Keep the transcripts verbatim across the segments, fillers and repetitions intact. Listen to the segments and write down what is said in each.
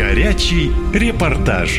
Горячий репортаж.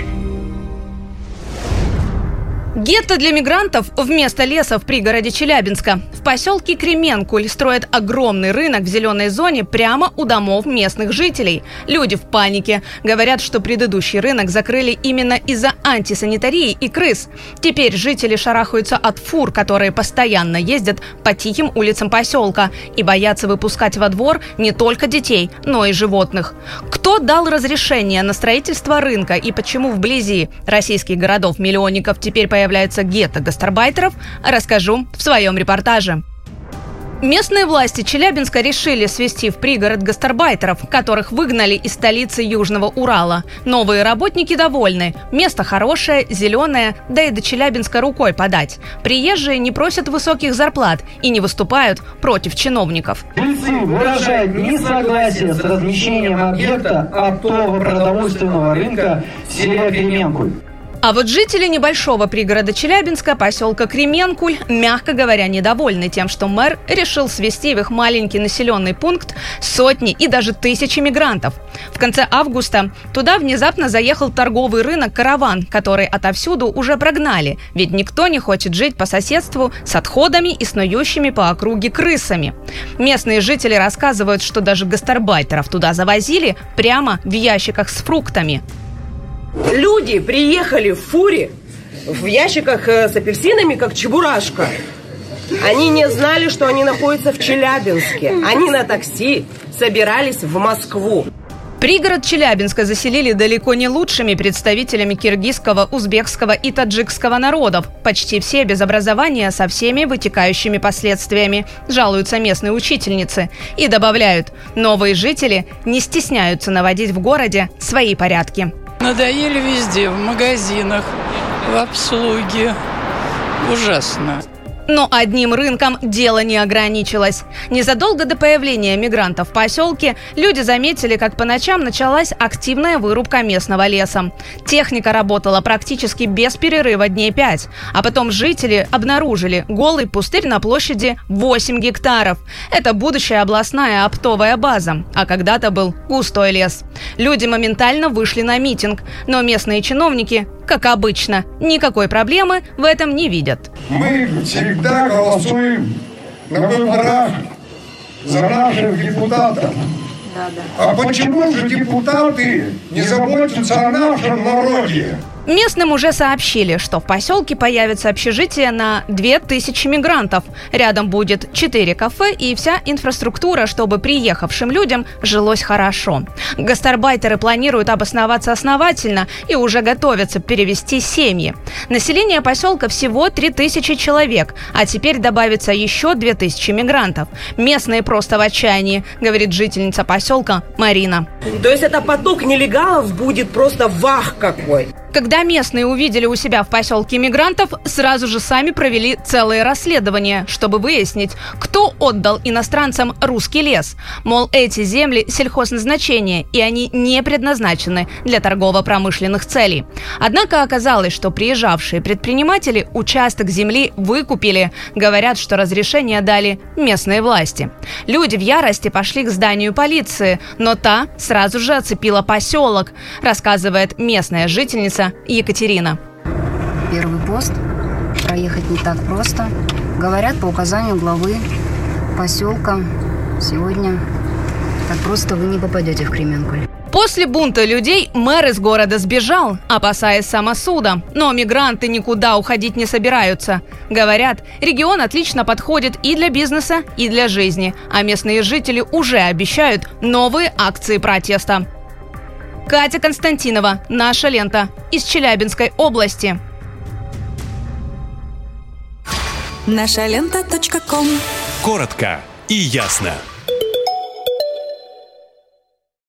Гетто для мигрантов вместо леса в пригороде Челябинска. В поселке Кременкуль строят огромный рынок в зеленой зоне прямо у домов местных жителей. Люди в панике. Говорят, что предыдущий рынок закрыли именно из-за антисанитарии и крыс. Теперь жители шарахаются от фур, которые постоянно ездят по тихим улицам поселка и боятся выпускать во двор не только детей, но и животных. Кто дал разрешение на строительство рынка и почему вблизи российских городов-миллионников теперь появляются являются гетто гастарбайтеров, расскажу в своем репортаже. Местные власти Челябинска решили свести в пригород гастарбайтеров, которых выгнали из столицы Южного Урала. Новые работники довольны. Место хорошее, зеленое, да и до Челябинска рукой подать. Приезжие не просят высоких зарплат и не выступают против чиновников. Жильцы выражают несогласие с размещением объекта оптово-продовольственного рынка в селе Кременкуль. А вот жители небольшого пригорода Челябинска, поселка Кременкуль, мягко говоря, недовольны тем, что мэр решил свести в их маленький населенный пункт сотни и даже тысячи мигрантов. В конце августа туда внезапно заехал торговый рынок «Караван», который отовсюду уже прогнали, ведь никто не хочет жить по соседству с отходами и снующими по округе крысами. Местные жители рассказывают, что даже гастарбайтеров туда завозили прямо в ящиках с фруктами. Люди приехали в фуре, в ящиках с апельсинами, как чебурашка. Они не знали, что они находятся в Челябинске. Они на такси собирались в Москву. Пригород Челябинска заселили далеко не лучшими представителями киргизского, узбекского и таджикского народов. Почти все без образования, со всеми вытекающими последствиями, жалуются местные учительницы. И добавляют, новые жители не стесняются наводить в городе свои порядки. Надоели везде, в магазинах, в обслуге. Ужасно. Но одним рынком дело не ограничилось. Незадолго до появления мигрантов в поселке люди заметили, как по ночам началась активная вырубка местного леса. Техника работала практически без перерыва дней пять. А потом жители обнаружили голый пустырь на площади восемь гектаров. Это будущая областная оптовая база, а когда-то был густой лес. Люди моментально вышли на митинг, но местные чиновники, как обычно, никакой проблемы в этом не видят. Мы всегда голосуем на выборах за наших депутатов. Да, да. А почему же депутаты не заботятся о нашем народе? Местным уже сообщили, что в поселке появится общежитие на две тысячи мигрантов. Рядом будет четыре кафе и вся инфраструктура, чтобы приехавшим людям жилось хорошо. Гастарбайтеры планируют обосноваться основательно и уже готовятся перевести семьи. Население поселка всего три тысячи человек, а теперь добавится еще две тысячи мигрантов. Местные просто в отчаянии, говорит жительница поселка Марина. То есть это поток нелегалов будет просто вах какой. Когда местные увидели у себя в поселке мигрантов, сразу же сами провели целое расследование, чтобы выяснить, кто отдал иностранцам русский лес. Мол, эти земли сельхозназначения, и они не предназначены для торгово-промышленных целей. Однако оказалось, что приезжавшие предприниматели участок земли выкупили. Говорят, что разрешение дали местные власти. Люди в ярости пошли к зданию полиции, но та сразу же оцепила поселок, рассказывает местная жительница Екатерина. Первый пост. Проехать не так просто. Говорят, по указанию главы поселка сегодня так просто вы не попадете в Кременкуль. После бунта людей мэр из города сбежал, опасаясь самосуда. Но мигранты никуда уходить не собираются. Говорят, регион отлично подходит и для бизнеса, и для жизни. А местные жители уже обещают новые акции протеста. Катя Константинова, «Наша лента», из Челябинской области. наша лента точка ком. Коротко и ясно.